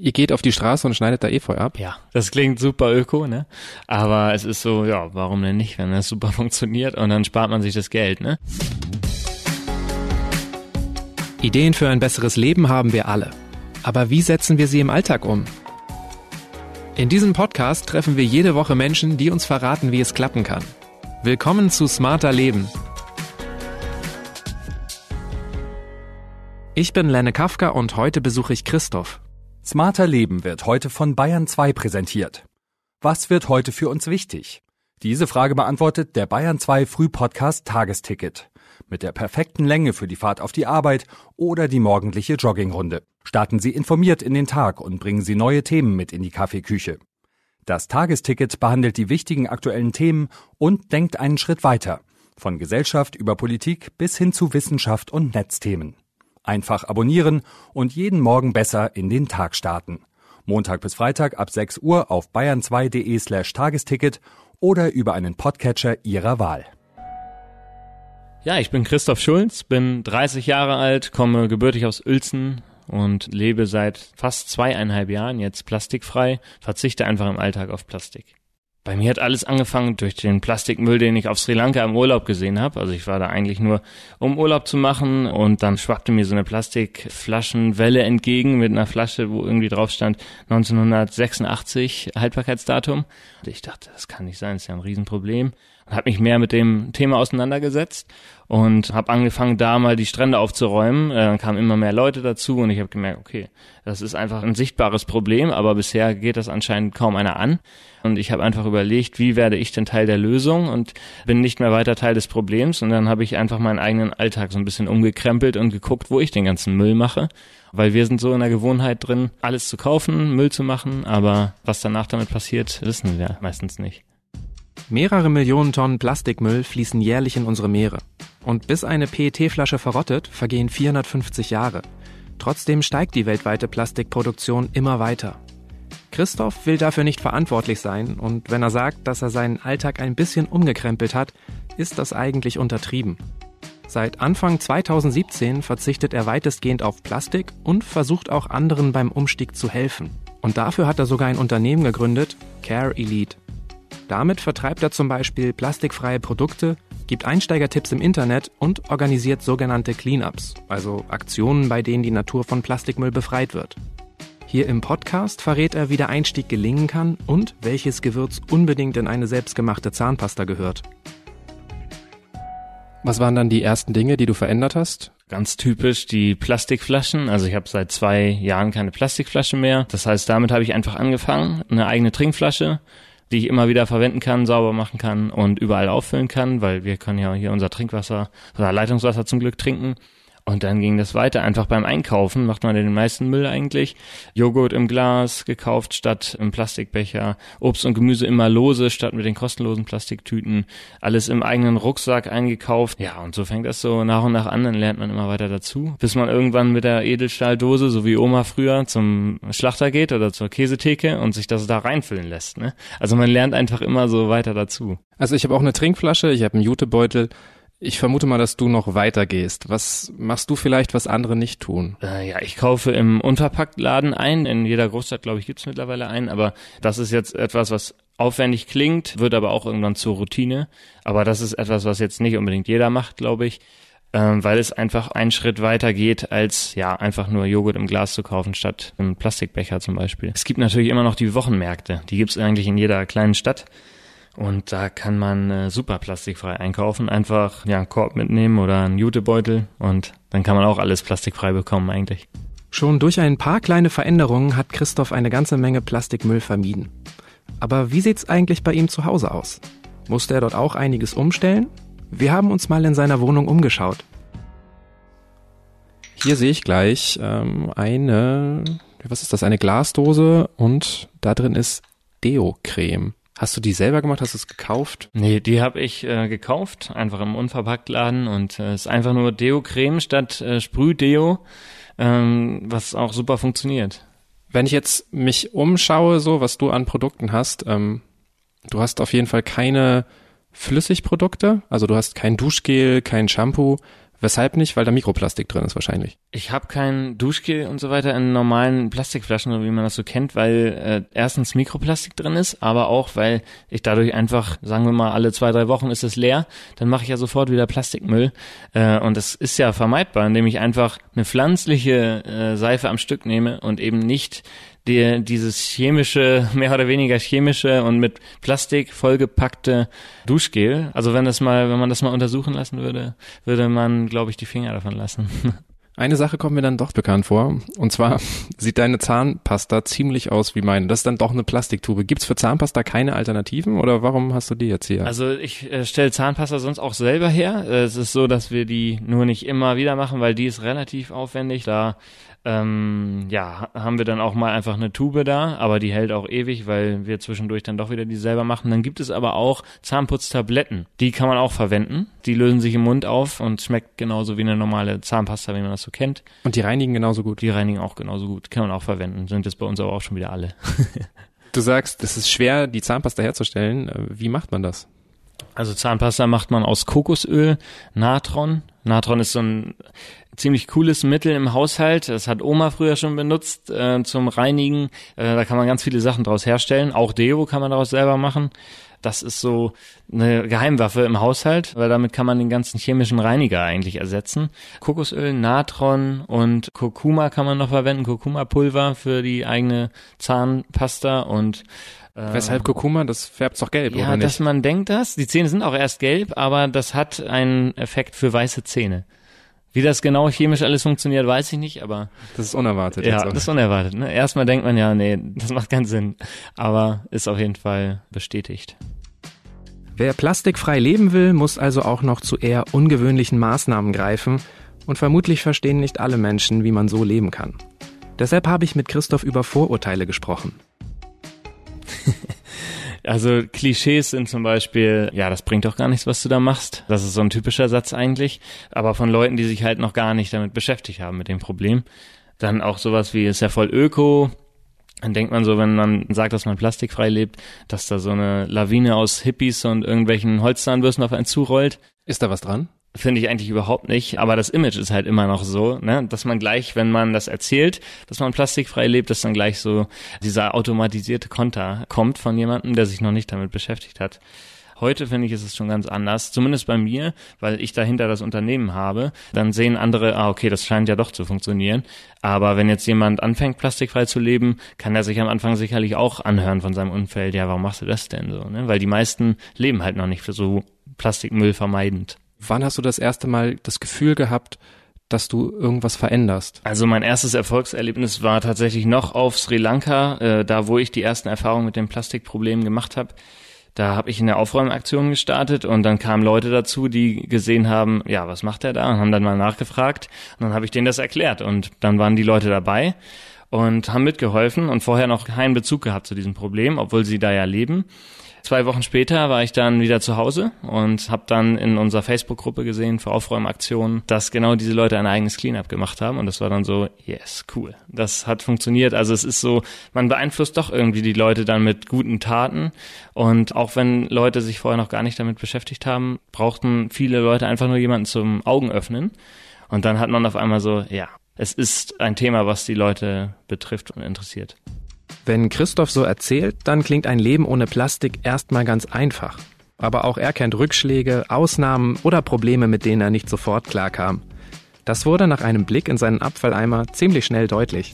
Ihr geht auf die Straße und schneidet da Efeu ab? Ja, das klingt super öko, ne? Aber es ist so, ja, warum denn nicht, wenn das super funktioniert und dann spart man sich das Geld, ne? Ideen für ein besseres Leben haben wir alle. Aber wie setzen wir sie im Alltag um? In diesem Podcast treffen wir jede Woche Menschen, die uns verraten, wie es klappen kann. Willkommen zu Smarter Leben. Ich bin Lenne Kafka und heute besuche ich Christoph. Smarter Leben wird heute von Bayern 2 präsentiert. Was wird heute für uns wichtig? Diese Frage beantwortet der Bayern 2 Frühpodcast Tagesticket. Mit der perfekten Länge für die Fahrt auf die Arbeit oder die morgendliche Joggingrunde. Starten Sie informiert in den Tag und bringen Sie neue Themen mit in die Kaffeeküche. Das Tagesticket behandelt die wichtigen aktuellen Themen und denkt einen Schritt weiter. Von Gesellschaft über Politik bis hin zu Wissenschaft und Netzthemen. Einfach abonnieren und jeden Morgen besser in den Tag starten. Montag bis Freitag ab 6 Uhr auf bayern2.de/Tagesticket oder über einen Podcatcher Ihrer Wahl. Ja, ich bin Christoph Schulz, bin 30 Jahre alt, komme gebürtig aus Uelzen und lebe seit fast 2,5 Jahren jetzt plastikfrei, verzichte einfach im Alltag auf Plastik. Bei mir hat alles angefangen durch den Plastikmüll, den ich auf Sri Lanka im Urlaub gesehen habe. Also ich war da eigentlich nur, um Urlaub zu machen und dann schwappte mir so eine Plastikflaschenwelle entgegen mit einer Flasche, wo irgendwie drauf stand 1986 Haltbarkeitsdatum. Und ich dachte, das kann nicht sein, das ist ja ein Riesenproblem. Und habe mich mehr mit dem Thema auseinandergesetzt und habe angefangen, da mal die Strände aufzuräumen. Dann kamen immer mehr Leute dazu und ich habe gemerkt, okay, das ist einfach ein sichtbares Problem, aber bisher geht das anscheinend kaum einer an. Und ich habe einfach überlegt, wie werde ich denn Teil der Lösung und bin nicht mehr weiter Teil des Problems. Und dann habe ich einfach meinen eigenen Alltag so ein bisschen umgekrempelt und geguckt, wo ich den ganzen Müll mache. Weil wir sind so in der Gewohnheit drin, alles zu kaufen, Müll zu machen, aber was danach damit passiert, wissen wir meistens nicht. Mehrere Millionen Tonnen Plastikmüll fließen jährlich in unsere Meere. Und bis eine PET-Flasche verrottet, vergehen 450 Jahre. Trotzdem steigt die weltweite Plastikproduktion immer weiter. Christoph will dafür nicht verantwortlich sein und wenn er sagt, dass er seinen Alltag ein bisschen umgekrempelt hat, ist das eigentlich untertrieben. Seit Anfang 2017 verzichtet er weitestgehend auf Plastik und versucht auch anderen beim Umstieg zu helfen. Und dafür hat er sogar ein Unternehmen gegründet, Care Elite. Damit vertreibt er zum Beispiel plastikfreie Produkte, gibt Einsteigertipps im Internet und organisiert sogenannte Cleanups, also Aktionen, bei denen die Natur von Plastikmüll befreit wird. Hier im Podcast verrät er, wie der Einstieg gelingen kann und welches Gewürz unbedingt in eine selbstgemachte Zahnpasta gehört. Was waren dann die ersten Dinge, die du verändert hast? Ganz typisch die Plastikflaschen. Also ich habe seit 2 Jahren keine Plastikflasche mehr. Das heißt, damit habe ich einfach angefangen, eine eigene Trinkflasche, die ich immer wieder verwenden kann, sauber machen kann und überall auffüllen kann, weil wir können ja hier unser Trinkwasser oder Leitungswasser zum Glück trinken. Und dann ging das weiter. Einfach beim Einkaufen macht man den meisten Müll eigentlich. Joghurt im Glas gekauft statt im Plastikbecher. Obst und Gemüse immer lose statt mit den kostenlosen Plastiktüten. Alles im eigenen Rucksack eingekauft. Ja, und so fängt das so nach und nach an. Dann lernt man immer weiter dazu. Bis man irgendwann mit der Edelstahldose, so wie Oma früher, zum Schlachter geht oder zur Käsetheke und sich das da reinfüllen lässt, ne? Also man lernt einfach immer so weiter dazu. Also ich habe auch eine Trinkflasche, ich habe einen Jutebeutel. Ich vermute mal, dass du noch weiter gehst. Was machst du vielleicht, was andere nicht tun? Ja, ich kaufe im Unverpacktladen ein. In jeder Großstadt, glaube ich, gibt's mittlerweile einen. Aber das ist jetzt etwas, was aufwendig klingt, wird aber auch irgendwann zur Routine. Aber das ist etwas, was jetzt nicht unbedingt jeder macht, glaube ich, weil es einfach einen Schritt weiter geht, als ja einfach nur Joghurt im Glas zu kaufen, statt im Plastikbecher zum Beispiel. Es gibt natürlich immer noch die Wochenmärkte. Die gibt's eigentlich in jeder kleinen Stadt. Und da kann man super plastikfrei einkaufen. Einfach einen Korb mitnehmen oder einen Jutebeutel und dann kann man auch alles plastikfrei bekommen eigentlich. Schon durch ein paar kleine Veränderungen hat Christoph eine ganze Menge Plastikmüll vermieden. Aber wie sieht's eigentlich bei ihm zu Hause aus? Musste er dort auch einiges umstellen? Wir haben uns mal in seiner Wohnung umgeschaut. Hier sehe ich gleich eine Glasdose und da drin ist Deo-Creme. Hast du die selber gemacht? Hast du es gekauft? Nee, die habe ich gekauft, einfach im Unverpacktladen und es ist einfach nur Deo-Creme statt Sprühdeo, was auch super funktioniert. Wenn ich jetzt mich umschaue, so was du an Produkten hast, du hast auf jeden Fall keine Flüssigprodukte, also du hast kein Duschgel, kein Shampoo. Weshalb nicht? Weil da Mikroplastik drin ist wahrscheinlich. Ich habe kein Duschgel und so weiter in normalen Plastikflaschen, wie man das so kennt, weil erstens Mikroplastik drin ist, aber auch, weil ich dadurch einfach, sagen wir mal, alle 2-3 Wochen ist es leer, dann mache ich ja sofort wieder Plastikmüll. Und das ist ja vermeidbar, indem ich einfach eine pflanzliche Seife am Stück nehme und eben nicht dieses chemische, mehr oder weniger chemische und mit Plastik vollgepackte Duschgel. Also wenn man das mal untersuchen lassen würde, würde man, glaube ich, die Finger davon lassen. Eine Sache kommt mir dann doch bekannt vor. Und zwar sieht deine Zahnpasta ziemlich aus wie meine. Das ist dann doch eine Plastiktube. Gibt's für Zahnpasta keine Alternativen oder warum hast du die jetzt hier? Also ich stelle Zahnpasta sonst auch selber her. Es ist so, dass wir die nur nicht immer wieder machen, weil die ist relativ aufwendig. Da haben wir dann auch mal einfach eine Tube da, aber die hält auch ewig, weil wir zwischendurch dann doch wieder die selber machen. Dann gibt es aber auch Zahnputztabletten. Die kann man auch verwenden. Die lösen sich im Mund auf und schmeckt genauso wie eine normale Zahnpasta, wie man das so kennt. Und die reinigen genauso gut? Die reinigen auch genauso gut. Kann man auch verwenden. Sind jetzt bei uns aber auch schon wieder alle. Du sagst, es ist schwer, die Zahnpasta herzustellen. Wie macht man das? Also Zahnpasta macht man aus Kokosöl, Natron. Natron ist so ein ziemlich cooles Mittel im Haushalt. Das hat Oma früher schon benutzt zum Reinigen. Da kann man ganz viele Sachen draus herstellen. Auch Deo kann man daraus selber machen. Das ist so eine Geheimwaffe im Haushalt, weil damit kann man den ganzen chemischen Reiniger eigentlich ersetzen. Kokosöl, Natron und Kurkuma kann man noch verwenden. Kurkuma-Pulver für die eigene Zahnpasta und weshalb Kurkuma? Das färbt doch gelb, oder nicht? Ja, dass man denkt das. Die Zähne sind auch erst gelb, aber das hat einen Effekt für weiße Zähne. Wie das genau chemisch alles funktioniert, weiß ich nicht, aber... Das ist unerwartet. Ja, das ist unerwartet. Ne? Erstmal denkt man ja, nee, das macht keinen Sinn. Aber ist auf jeden Fall bestätigt. Wer plastikfrei leben will, muss also auch noch zu eher ungewöhnlichen Maßnahmen greifen. Und vermutlich verstehen nicht alle Menschen, wie man so leben kann. Deshalb habe ich mit Christoph über Vorurteile gesprochen. Also Klischees sind zum Beispiel, ja, das bringt doch gar nichts, was du da machst. Das ist so ein typischer Satz eigentlich. Aber von Leuten, die sich halt noch gar nicht damit beschäftigt haben, mit dem Problem. Dann auch sowas wie, ist ja voll öko. Dann denkt man so, wenn man sagt, dass man plastikfrei lebt, dass da so eine Lawine aus Hippies und irgendwelchen Holzzahnbürsten auf einen zurollt. Ist da was dran? Finde ich eigentlich überhaupt nicht, aber das Image ist halt immer noch so, ne, dass man gleich, wenn man das erzählt, dass man plastikfrei lebt, dass dann gleich so dieser automatisierte Konter kommt von jemandem, der sich noch nicht damit beschäftigt hat. Heute finde ich, ist es schon ganz anders, zumindest bei mir, weil ich dahinter das Unternehmen habe. Dann sehen andere, okay, das scheint ja doch zu funktionieren. Aber wenn jetzt jemand anfängt, plastikfrei zu leben, kann er sich am Anfang sicherlich auch anhören von seinem Umfeld, ja, warum machst du das denn so? Ne? Weil die meisten leben halt noch nicht so Plastikmüll vermeidend. Wann hast du das erste Mal das Gefühl gehabt, dass du irgendwas veränderst? Also mein erstes Erfolgserlebnis war tatsächlich noch auf Sri Lanka, da wo ich die ersten Erfahrungen mit dem Plastikproblem gemacht habe. Da habe ich eine Aufräumaktion gestartet und dann kamen Leute dazu, die gesehen haben, ja, was macht der da? Und haben dann mal nachgefragt und dann habe ich denen das erklärt und dann waren die Leute dabei und haben mitgeholfen und vorher noch keinen Bezug gehabt zu diesem Problem, obwohl sie da ja leben. 2 Wochen später war ich dann wieder zu Hause und habe dann in unserer Facebook-Gruppe gesehen für Aufräumaktionen, dass genau diese Leute ein eigenes Cleanup gemacht haben und das war dann so, yes, cool. Das hat funktioniert. Also es ist so, man beeinflusst doch irgendwie die Leute dann mit guten Taten und auch wenn Leute sich vorher noch gar nicht damit beschäftigt haben, brauchten viele Leute einfach nur jemanden zum Augen öffnen und dann hat man auf einmal so, ja, es ist ein Thema, was die Leute betrifft und interessiert. Wenn Christoph so erzählt, dann klingt ein Leben ohne Plastik erstmal ganz einfach. Aber auch er kennt Rückschläge, Ausnahmen oder Probleme, mit denen er nicht sofort klarkam. Das wurde nach einem Blick in seinen Abfalleimer ziemlich schnell deutlich.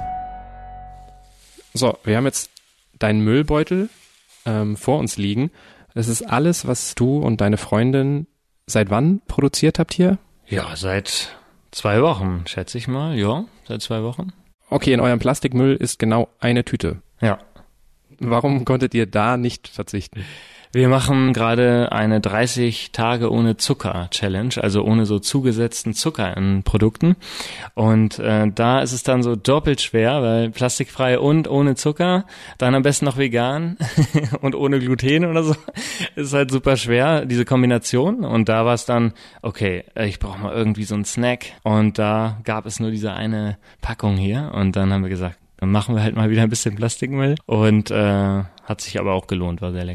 So, wir haben jetzt deinen Müllbeutel vor uns liegen. Das ist alles, was du und deine Freundin seit wann produziert habt hier? Ja, seit 2 Wochen, schätze ich mal. Ja, seit 2 Wochen. Okay, in eurem Plastikmüll ist genau eine Tüte. Ja. Warum konntet ihr da nicht verzichten? Wir machen gerade eine 30 Tage ohne Zucker Challenge, also ohne so zugesetzten Zucker in Produkten. Und da ist es dann so doppelt schwer, weil plastikfrei und ohne Zucker, dann am besten noch vegan und ohne Gluten oder so, ist halt super schwer, diese Kombination. Und da war es dann, okay, ich brauche mal irgendwie so einen Snack. Und da gab es nur diese eine Packung hier. Und dann haben wir gesagt, dann machen wir halt mal wieder ein bisschen Plastikmüll. Und hat sich aber auch gelohnt, war sehr lecker.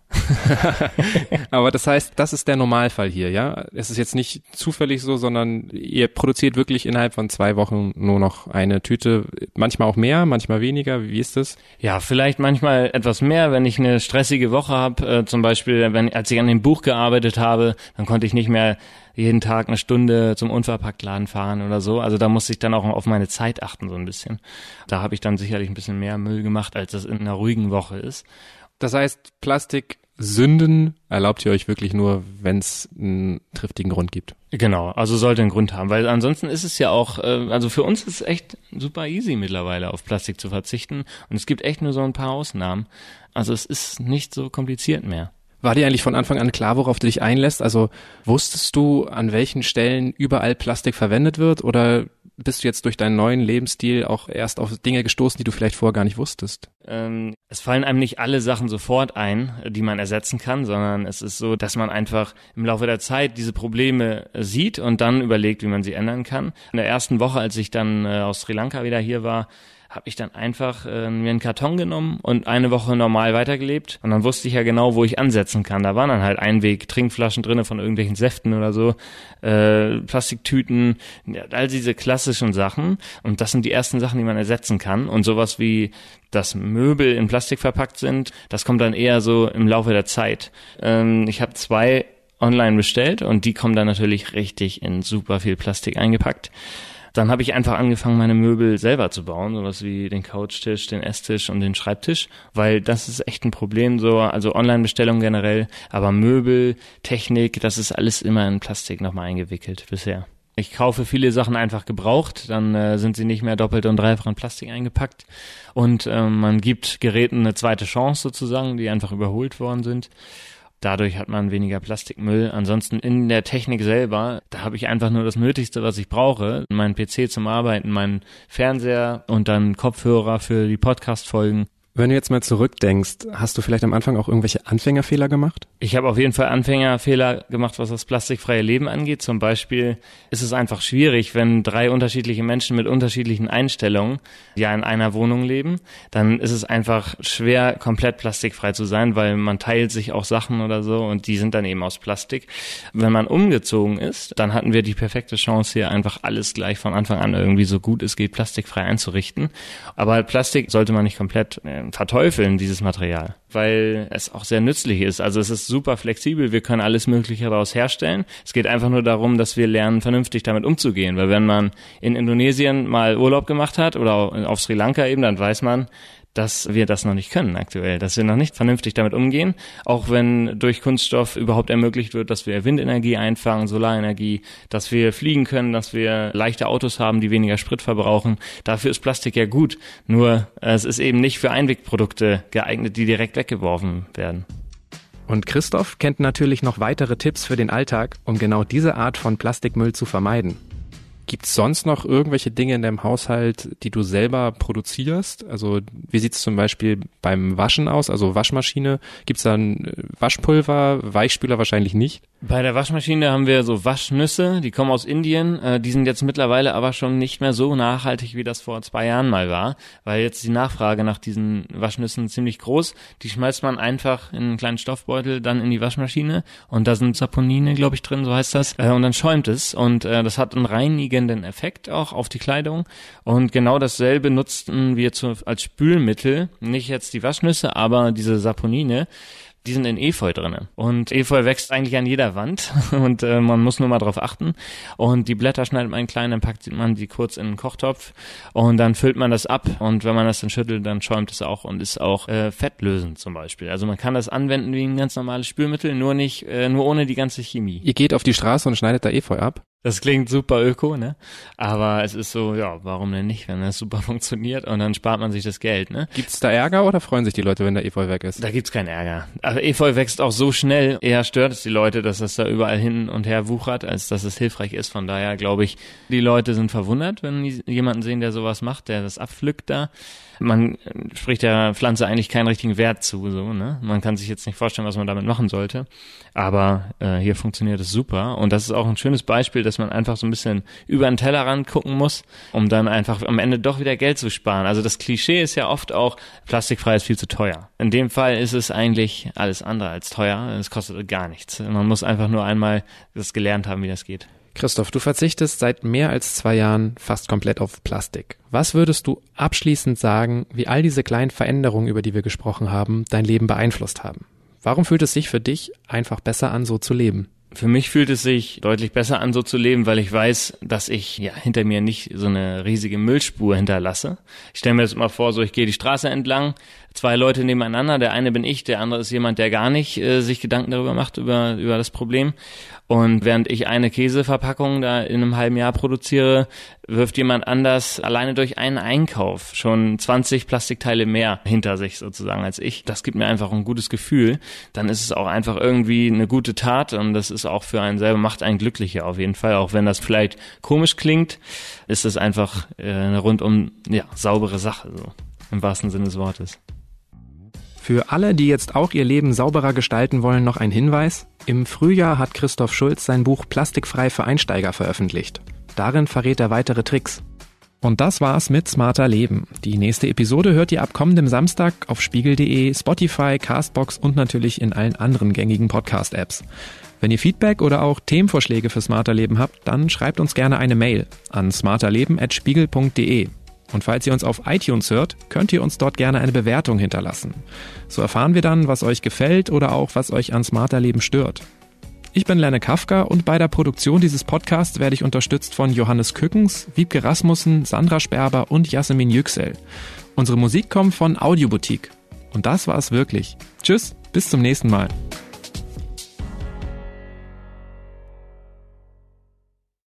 Aber das heißt, das ist der Normalfall hier, ja? Es ist jetzt nicht zufällig so, sondern ihr produziert wirklich innerhalb von 2 Wochen nur noch eine Tüte, manchmal auch mehr, manchmal weniger. Wie ist das? Ja, vielleicht manchmal etwas mehr, wenn ich eine stressige Woche habe. Zum Beispiel, als ich an dem Buch gearbeitet habe, dann konnte ich nicht mehr jeden Tag eine Stunde zum Unverpacktladen fahren oder so. Also da musste ich dann auch auf meine Zeit achten so ein bisschen. Da habe ich dann sicherlich ein bisschen mehr Müll gemacht, als das in einer ruhigen Woche ist. Das heißt, Plastiksünden erlaubt ihr euch wirklich nur, wenn es einen triftigen Grund gibt. Genau, also sollte einen Grund haben, weil ansonsten ist es ja auch, also für uns ist es echt super easy mittlerweile auf Plastik zu verzichten und es gibt echt nur so ein paar Ausnahmen. Also es ist nicht so kompliziert mehr. War dir eigentlich von Anfang an klar, worauf du dich einlässt? Also wusstest du, an welchen Stellen überall Plastik verwendet wird oder bist du jetzt durch deinen neuen Lebensstil auch erst auf Dinge gestoßen, die du vielleicht vorher gar nicht wusstest? Es fallen einem nicht alle Sachen sofort ein, die man ersetzen kann, sondern es ist so, dass man einfach im Laufe der Zeit diese Probleme sieht und dann überlegt, wie man sie ändern kann. In der ersten Woche, als ich dann aus Sri Lanka wieder hier war, habe ich dann einfach mir einen Karton genommen und eine Woche normal weitergelebt. Und dann wusste ich ja genau, wo ich ansetzen kann. Da waren dann halt Einweg-Trinkflaschen drinne von irgendwelchen Säften oder so, Plastiktüten, ja, all diese klassischen Sachen. Und das sind die ersten Sachen, die man ersetzen kann. Und sowas wie, dass Möbel in Plastik verpackt sind, das kommt dann eher so im Laufe der Zeit. Ich habe 2 online bestellt und die kommen dann natürlich richtig in super viel Plastik eingepackt. Dann habe ich einfach angefangen, meine Möbel selber zu bauen, sowas wie den Couchtisch, den Esstisch und den Schreibtisch, weil das ist echt ein Problem, so, also Online-Bestellungen generell, aber Möbel, Technik, das ist alles immer in Plastik nochmal eingewickelt bisher. Ich kaufe viele Sachen einfach gebraucht, dann sind sie nicht mehr doppelt und dreifach in Plastik eingepackt und man gibt Geräten eine zweite Chance sozusagen, die einfach überholt worden sind. Dadurch hat man weniger Plastikmüll. Ansonsten in der Technik selber, da habe ich einfach nur das Nötigste, was ich brauche. Mein PC zum Arbeiten, meinen Fernseher und dann Kopfhörer für die Podcast-Folgen. Wenn du jetzt mal zurückdenkst, hast du vielleicht am Anfang auch irgendwelche Anfängerfehler gemacht? Ich habe auf jeden Fall Anfängerfehler gemacht, was das plastikfreie Leben angeht. Zum Beispiel ist es einfach schwierig, wenn 3 unterschiedliche Menschen mit unterschiedlichen Einstellungen ja in einer Wohnung leben. Dann ist es einfach schwer, komplett plastikfrei zu sein, weil man teilt sich auch Sachen oder so und die sind dann eben aus Plastik. Wenn man umgezogen ist, dann hatten wir die perfekte Chance, hier einfach alles gleich von Anfang an irgendwie so gut es geht plastikfrei einzurichten. Aber Plastik sollte man nicht komplett verteufeln, dieses Material, weil es auch sehr nützlich ist. Also es ist super flexibel, wir können alles Mögliche daraus herstellen. Es geht einfach nur darum, dass wir lernen, vernünftig damit umzugehen, weil wenn man in Indonesien mal Urlaub gemacht hat oder auf Sri Lanka eben, dann weiß man, dass wir das noch nicht können aktuell, dass wir noch nicht vernünftig damit umgehen, auch wenn durch Kunststoff überhaupt ermöglicht wird, dass wir Windenergie einfangen, Solarenergie, dass wir fliegen können, dass wir leichte Autos haben, die weniger Sprit verbrauchen. Dafür ist Plastik ja gut, nur es ist eben nicht für Einwegprodukte geeignet, die direkt weggeworfen werden. Und Christoph kennt natürlich noch weitere Tipps für den Alltag, um genau diese Art von Plastikmüll zu vermeiden. Gibt's sonst noch irgendwelche Dinge in deinem Haushalt, die du selber produzierst? Also wie sieht's zum Beispiel beim Waschen aus, also Waschmaschine? Gibt's da ein Waschpulver, Weichspüler wahrscheinlich nicht? Bei der Waschmaschine haben wir so Waschnüsse, die kommen aus Indien, die sind jetzt mittlerweile aber schon nicht mehr so nachhaltig, wie das vor 2 Jahren mal war, weil jetzt die Nachfrage nach diesen Waschnüssen ziemlich groß. Die schmeißt man einfach in einen kleinen Stoffbeutel, dann in die Waschmaschine und da sind Saponine, glaube ich, drin, so heißt das, und dann schäumt es und das hat einen reinigenden Effekt auch auf die Kleidung und genau dasselbe nutzten wir als Spülmittel, nicht jetzt die Waschnüsse, aber diese Saponine. Die sind in Efeu drinne und Efeu wächst eigentlich an jeder Wand und man muss nur mal drauf achten und die Blätter schneidet man klein, dann packt man die kurz in einen Kochtopf und dann füllt man das ab und wenn man das dann schüttelt, dann schäumt es auch und ist auch fettlösend zum Beispiel. Also man kann das anwenden wie ein ganz normales Spülmittel, nur ohne die ganze Chemie. Ihr geht auf die Straße und schneidet da Efeu ab? Das klingt super öko, ne? Aber es ist so, ja, warum denn nicht, wenn das super funktioniert und dann spart man sich das Geld, ne? Gibt's da Ärger oder freuen sich die Leute, wenn der Efeu weg ist? Da gibt's keinen Ärger. Aber Efeu wächst auch so schnell, eher stört es die Leute, dass das da überall hin und her wuchert, als dass es hilfreich ist. Von daher glaube ich, die Leute sind verwundert, wenn die jemanden sehen, der sowas macht, der das abpflückt da. Man spricht der Pflanze eigentlich keinen richtigen Wert zu, so, ne? Man kann sich jetzt nicht vorstellen, was man damit machen sollte. Aber hier funktioniert es super und das ist auch ein schönes Beispiel, dass dass man einfach so ein bisschen über den Tellerrand gucken muss, um dann einfach am Ende doch wieder Geld zu sparen. Also das Klischee ist ja oft auch, plastikfrei ist viel zu teuer. In dem Fall ist es eigentlich alles andere als teuer. Es kostet gar nichts. Man muss einfach nur einmal das gelernt haben, wie das geht. Christoph, du verzichtest seit mehr als 2 Jahren fast komplett auf Plastik. Was würdest du abschließend sagen, wie all diese kleinen Veränderungen, über die wir gesprochen haben, dein Leben beeinflusst haben? Warum fühlt es sich für dich einfach besser an, so zu leben? Für mich fühlt es sich deutlich besser an, so zu leben, weil ich weiß, dass ich hinter mir nicht so eine riesige Müllspur hinterlasse. Ich stelle mir das immer vor, so ich gehe die Straße entlang, 2 Leute nebeneinander, der eine bin ich, der andere ist jemand, der gar nicht sich Gedanken darüber macht, über das Problem. Und während ich eine Käseverpackung da in einem halben Jahr produziere, wirft jemand anders alleine durch einen Einkauf schon 20 Plastikteile mehr hinter sich sozusagen als ich. Das gibt mir einfach ein gutes Gefühl. Dann ist es auch einfach irgendwie eine gute Tat und das ist auch für einen selber, macht einen glücklicher auf jeden Fall. Auch wenn das vielleicht komisch klingt, ist es einfach eine rundum saubere Sache, so im wahrsten Sinne des Wortes. Für alle, die jetzt auch ihr Leben sauberer gestalten wollen, noch ein Hinweis. Im Frühjahr hat Christoph Schulz sein Buch Plastikfrei für Einsteiger veröffentlicht. Darin verrät er weitere Tricks. Und das war's mit Smarter Leben. Die nächste Episode hört ihr ab kommendem Samstag auf spiegel.de, Spotify, Castbox und natürlich in allen anderen gängigen Podcast-Apps. Wenn ihr Feedback oder auch Themenvorschläge für Smarter Leben habt, dann schreibt uns gerne eine Mail an smarterleben@spiegel.de. Und falls ihr uns auf iTunes hört, könnt ihr uns dort gerne eine Bewertung hinterlassen. So erfahren wir dann, was euch gefällt oder auch was euch an Smarter Leben stört. Ich bin Lenne Kafka und bei der Produktion dieses Podcasts werde ich unterstützt von Johannes Kückens, Wiebke Rasmussen, Sandra Sperber und Jasmin Yüksel. Unsere Musik kommt von Audioboutique. Und das war's wirklich. Tschüss, bis zum nächsten Mal.